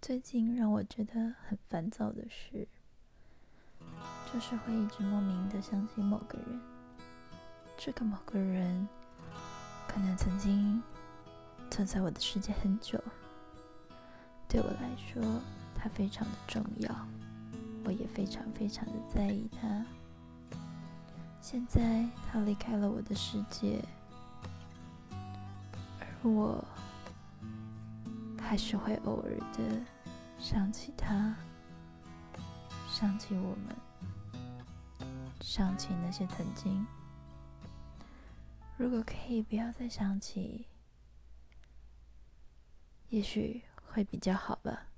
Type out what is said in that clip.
最近让我觉得很烦躁的事，就是会一直莫名的想起某个人。这个某个人，可能曾经存在我的世界很久，对我来说，他非常的重要，我也非常非常的在意他。现在他离开了我的世界，而我还是会偶尔的想起他，想起我们，想起那些曾经。如果可以不要再想起，也许会比较好吧。